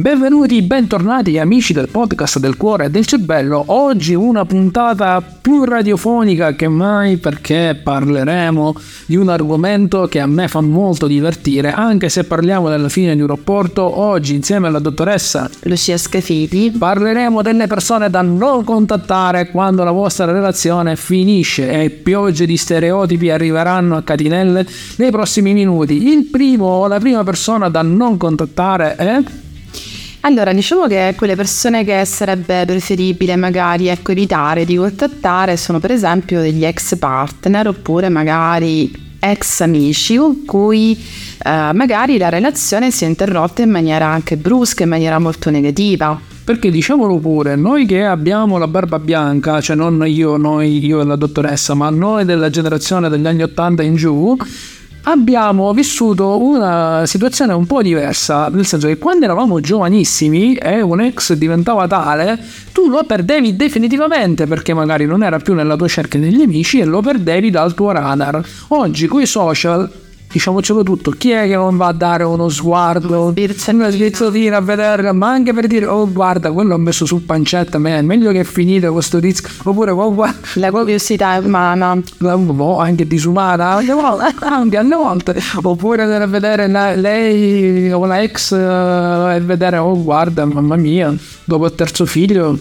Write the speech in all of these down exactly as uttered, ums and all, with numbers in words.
Benvenuti, bentornati amici del podcast del cuore e del cervello. Oggi una puntata più radiofonica che mai, perché parleremo di un argomento che a me fa molto divertire, anche se parliamo della fine di un rapporto. Oggi insieme alla dottoressa Lucia Scafidi parleremo delle persone da non contattare quando la vostra relazione finisce, e piogge di stereotipi arriveranno a catinelle nei prossimi minuti. Il primo o la prima persona da non contattare è... Allora, diciamo che quelle persone che sarebbe preferibile magari ecco evitare di contattare sono per esempio degli ex partner oppure magari ex amici con cui eh, magari la relazione si è interrotta in maniera anche brusca, in maniera molto negativa. Perché diciamolo pure, noi che abbiamo la barba bianca, cioè non io, noi, io e la dottoressa, ma noi della generazione degli anni ottanta in giù, abbiamo vissuto una situazione un po' diversa, nel senso che quando eravamo giovanissimi e un ex diventava tale, tu lo perdevi definitivamente, perché magari non era più nella tua cerchia degli amici e lo perdevi dal tuo radar. Oggi coi social, diciamocelo tutto, chi è che non va a dare uno sguardo, una sbirzatina a vedere, ma anche per dire oh guarda quello ho messo sul pancetta, man, meglio che è finito questo tizio, oppure oh, guarda, la curiosità umana, oh, anche disumana anche alle volte, oppure andare a vedere la, lei o la ex uh, e vedere oh guarda mamma mia dopo il terzo figlio,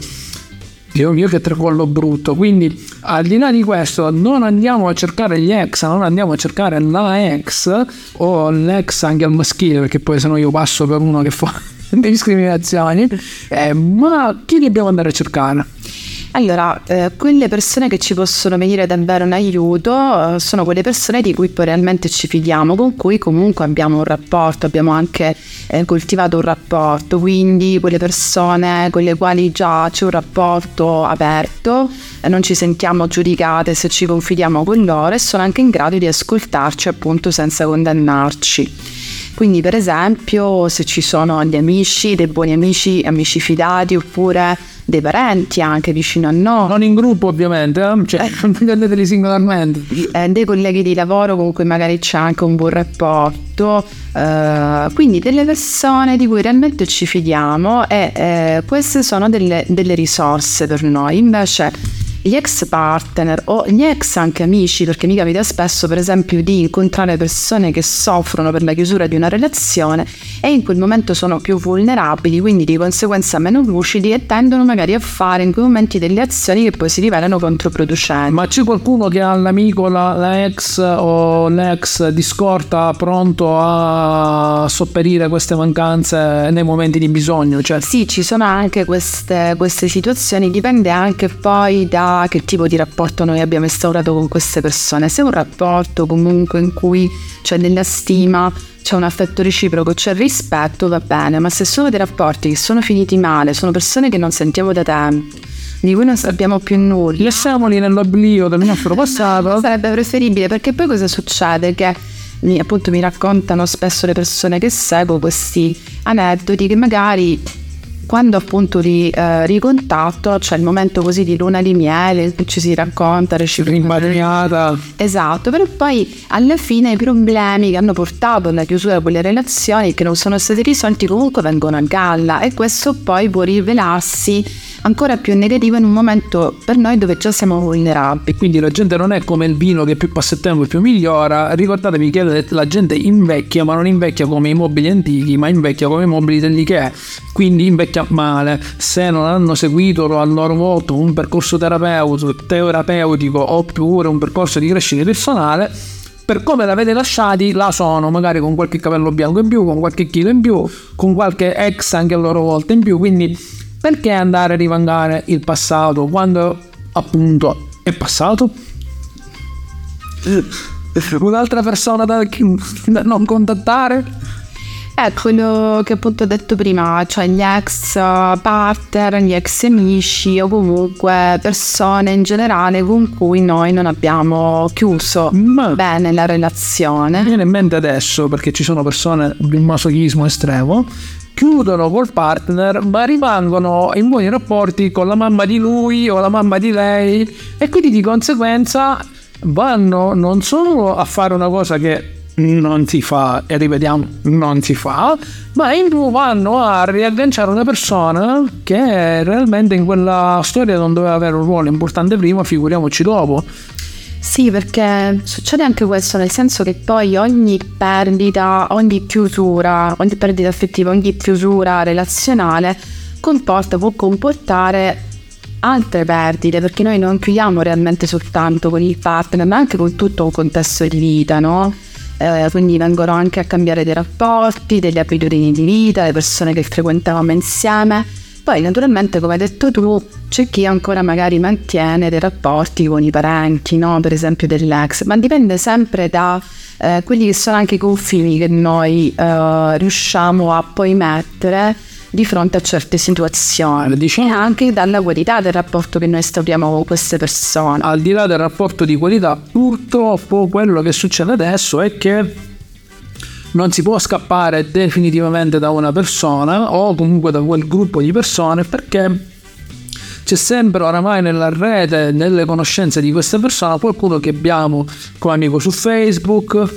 Dio mio che tracollo brutto. Quindi al di là di questo non andiamo a cercare gli ex, non andiamo a cercare la ex o l'ex anche al maschile, perché poi sennò io passo per uno che fa discriminazioni, eh, ma chi dobbiamo andare a cercare? Allora, eh, quelle persone che ci possono venire davvero in aiuto eh, sono quelle persone di cui poi realmente ci fidiamo, con cui comunque abbiamo un rapporto, abbiamo anche eh, coltivato un rapporto, quindi quelle persone con le quali già c'è un rapporto aperto, eh, non ci sentiamo giudicate se ci confidiamo con loro e sono anche in grado di ascoltarci appunto senza condannarci. Quindi per esempio se ci sono gli amici, dei buoni amici, amici fidati oppure dei parenti anche vicino a noi, non in gruppo ovviamente, eh? Cioè non prendeteli singolarmente, eh, dei colleghi di lavoro con cui magari c'è anche un buon rapporto, eh, quindi delle persone di cui realmente ci fidiamo e eh, queste sono delle, delle risorse per noi. Invece gli ex partner o gli ex anche amici, perché mi capita spesso per esempio di incontrare persone che soffrono per la chiusura di una relazione e in quel momento sono più vulnerabili, quindi di conseguenza meno lucidi e tendono magari a fare in quei momenti delle azioni che poi si rivelano controproducenti. Ma c'è qualcuno che ha l'amico, la, la ex o l'ex di scorta pronto a sopperire queste mancanze nei momenti di bisogno? Cioè... Sì, ci sono anche queste, queste situazioni, dipende anche poi da che tipo di rapporto noi abbiamo instaurato con queste persone. Se è un rapporto comunque in cui c'è della stima, c'è un affetto reciproco, c'è rispetto, va bene, ma se sono dei rapporti che sono finiti male, sono persone che non sentiamo da tempo, di cui non sappiamo più nulla, lasciamoli nell'oblio del nostro passato, sarebbe preferibile, perché poi cosa succede? Che mi, appunto mi raccontano spesso le persone che seguo questi aneddoti che magari quando appunto li eh, ricontatto c'è il momento così di luna di miele, ci si racconta rimbagnata, esatto, però poi alla fine i problemi che hanno portato alla chiusura di quelle relazioni che non sono stati risolti comunque vengono a galla e questo poi può rivelarsi ancora più negativo in un momento per noi dove già siamo vulnerabili. Quindi la gente non è come il vino che più passa il tempo più migliora. Ricordatevi che la gente invecchia, ma non invecchia come i mobili antichi, ma invecchia come i mobili dell'Ikea, quindi invecchia male se non hanno seguito a loro volta un percorso terapeutico, terapeutico oppure un percorso di crescita personale. Per come l'avete lasciati, là sono, magari con qualche capello bianco in più, con qualche chilo in più, con qualche ex anche a loro volta in più. Quindi perché andare a rivangare il passato quando appunto è passato? Un'altra persona da, da non contattare? È quello che appunto ho detto prima, cioè gli ex partner, gli ex amici o comunque persone in generale con cui noi non abbiamo chiuso Ma bene la relazione. Mi viene in mente adesso, perché ci sono persone di un masochismo estremo, chiudono col partner ma rimangono in buoni rapporti con la mamma di lui o la mamma di lei e quindi di conseguenza vanno non solo a fare una cosa che non si fa, e ripetiamo, non si fa, ma in più vanno a riagganciare una persona che realmente in quella storia non doveva avere un ruolo importante prima, figuriamoci dopo. Sì, perché succede anche questo, nel senso che poi ogni perdita, ogni chiusura, ogni perdita affettiva, ogni chiusura relazionale comporta, può comportare altre perdite, perché noi non chiudiamo realmente soltanto con il partner, ma anche con tutto un contesto di vita, no? Eh, quindi vengono anche a cambiare dei rapporti, delle abitudini di vita, le persone che frequentavamo insieme. Poi naturalmente, come hai detto tu, c'è chi ancora magari mantiene dei rapporti con i parenti, no? Per esempio dell'ex, ma dipende sempre da eh, quelli che sono anche i confini che noi eh, riusciamo a poi mettere di fronte a certe situazioni, diciamo, e anche dalla qualità del rapporto che noi instauriamo con queste persone. Al di là del rapporto di qualità, purtroppo quello che succede adesso è che non si può scappare definitivamente da una persona o comunque da quel gruppo di persone, perché c'è sempre oramai nella rete, nelle conoscenze di questa persona, qualcuno che abbiamo come amico su Facebook,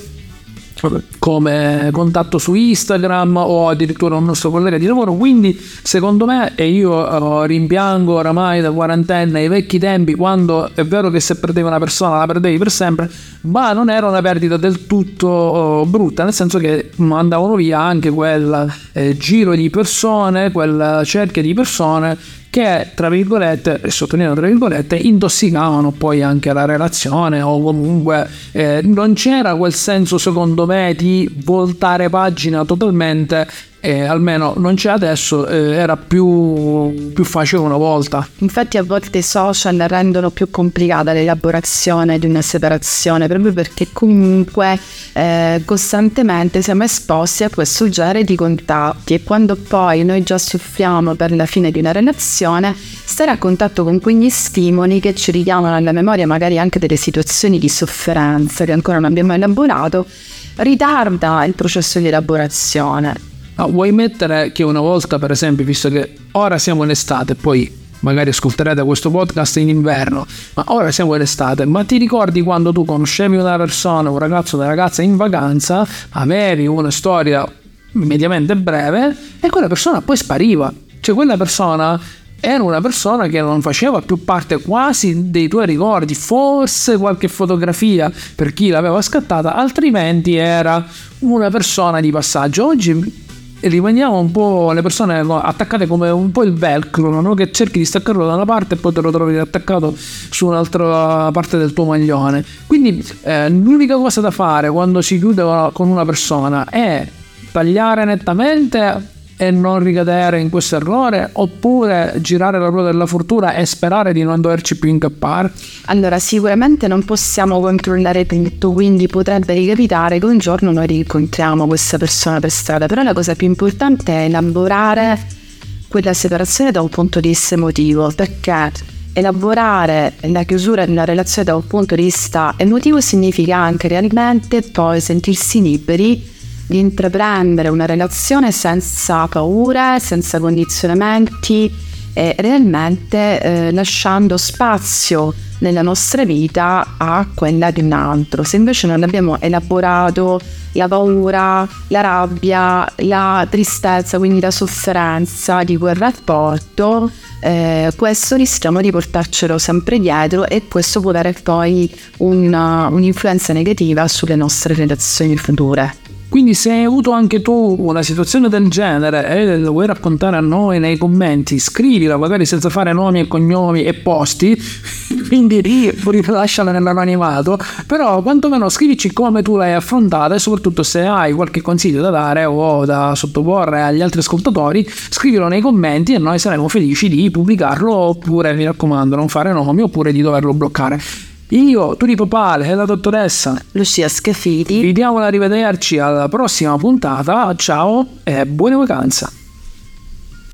come contatto su Instagram o addirittura un nostro collega di lavoro. Quindi secondo me, e io uh, rimpiango oramai da quarantenne i vecchi tempi, quando è vero che se perdevi una persona la perdevi per sempre, ma non era una perdita del tutto uh, brutta, nel senso che andavano via anche quel eh, giro di persone, quel cerchio di persone che, tra virgolette, e sottolineo tra virgolette, intossicavano poi anche la relazione, o comunque eh, non c'era quel senso, secondo me, di voltare pagina totalmente, e almeno non c'è adesso, eh, era più, più facile una volta. Infatti a volte i social rendono più complicata l'elaborazione di una separazione, proprio perché comunque eh, costantemente siamo esposti a questo genere di contatti, e quando poi noi già soffriamo per la fine di una relazione, stare a contatto con quegli stimoli che ci richiamano alla memoria magari anche delle situazioni di sofferenza che ancora non abbiamo elaborato, ritarda il processo di elaborazione. Ah, vuoi mettere che una volta, per esempio, visto che ora siamo in estate, poi magari ascolterete questo podcast in inverno, ma ora siamo in estate, ma ti ricordi quando tu conoscevi una persona, un ragazzo o una ragazza in vacanza, avevi una storia mediamente breve e quella persona poi spariva, cioè quella persona era una persona che non faceva più parte quasi dei tuoi ricordi, forse qualche fotografia per chi l'aveva scattata, altrimenti era una persona di passaggio. Oggi rimaniamo un po' le persone attaccate come un po' il velcro, no? Che cerchi di staccarlo da una parte e poi te lo trovi attaccato su un'altra parte del tuo maglione. Quindi eh, l'unica cosa da fare quando si chiude con una persona è tagliare nettamente e non ricadere in questo errore, oppure girare la ruota della fortuna e sperare di non doverci più incappare? Allora, sicuramente non possiamo controllare tutto, quindi potrebbe ricapitare che un giorno noi rincontriamo questa persona per strada, però la cosa più importante è elaborare quella separazione da un punto di vista emotivo, perché elaborare la chiusura di una relazione da un punto di vista emotivo significa anche realmente poi sentirsi liberi di intraprendere una relazione senza paure, senza condizionamenti, e realmente eh, lasciando spazio nella nostra vita a quella di un altro. Se invece non abbiamo elaborato la paura, la rabbia, la tristezza, quindi la sofferenza di quel rapporto, eh, questo rischiamo di portarcelo sempre dietro, e questo può avere poi una, un'influenza negativa sulle nostre relazioni future. Quindi se hai avuto anche tu una situazione del genere e lo vuoi raccontare a noi nei commenti, scrivila, magari senza fare nomi e cognomi e posti, quindi lasciala nell'anonimato, però quantomeno scrivici come tu l'hai affrontata, e soprattutto se hai qualche consiglio da dare o da sottoporre agli altri ascoltatori, scrivilo nei commenti e noi saremo felici di pubblicarlo, oppure, mi raccomando, non fare nomi, oppure di doverlo bloccare. Io, Tulipo Pale e la dottoressa Lucia Scafidi vi diamo la rivederci alla prossima puntata. Ciao e buone vacanze.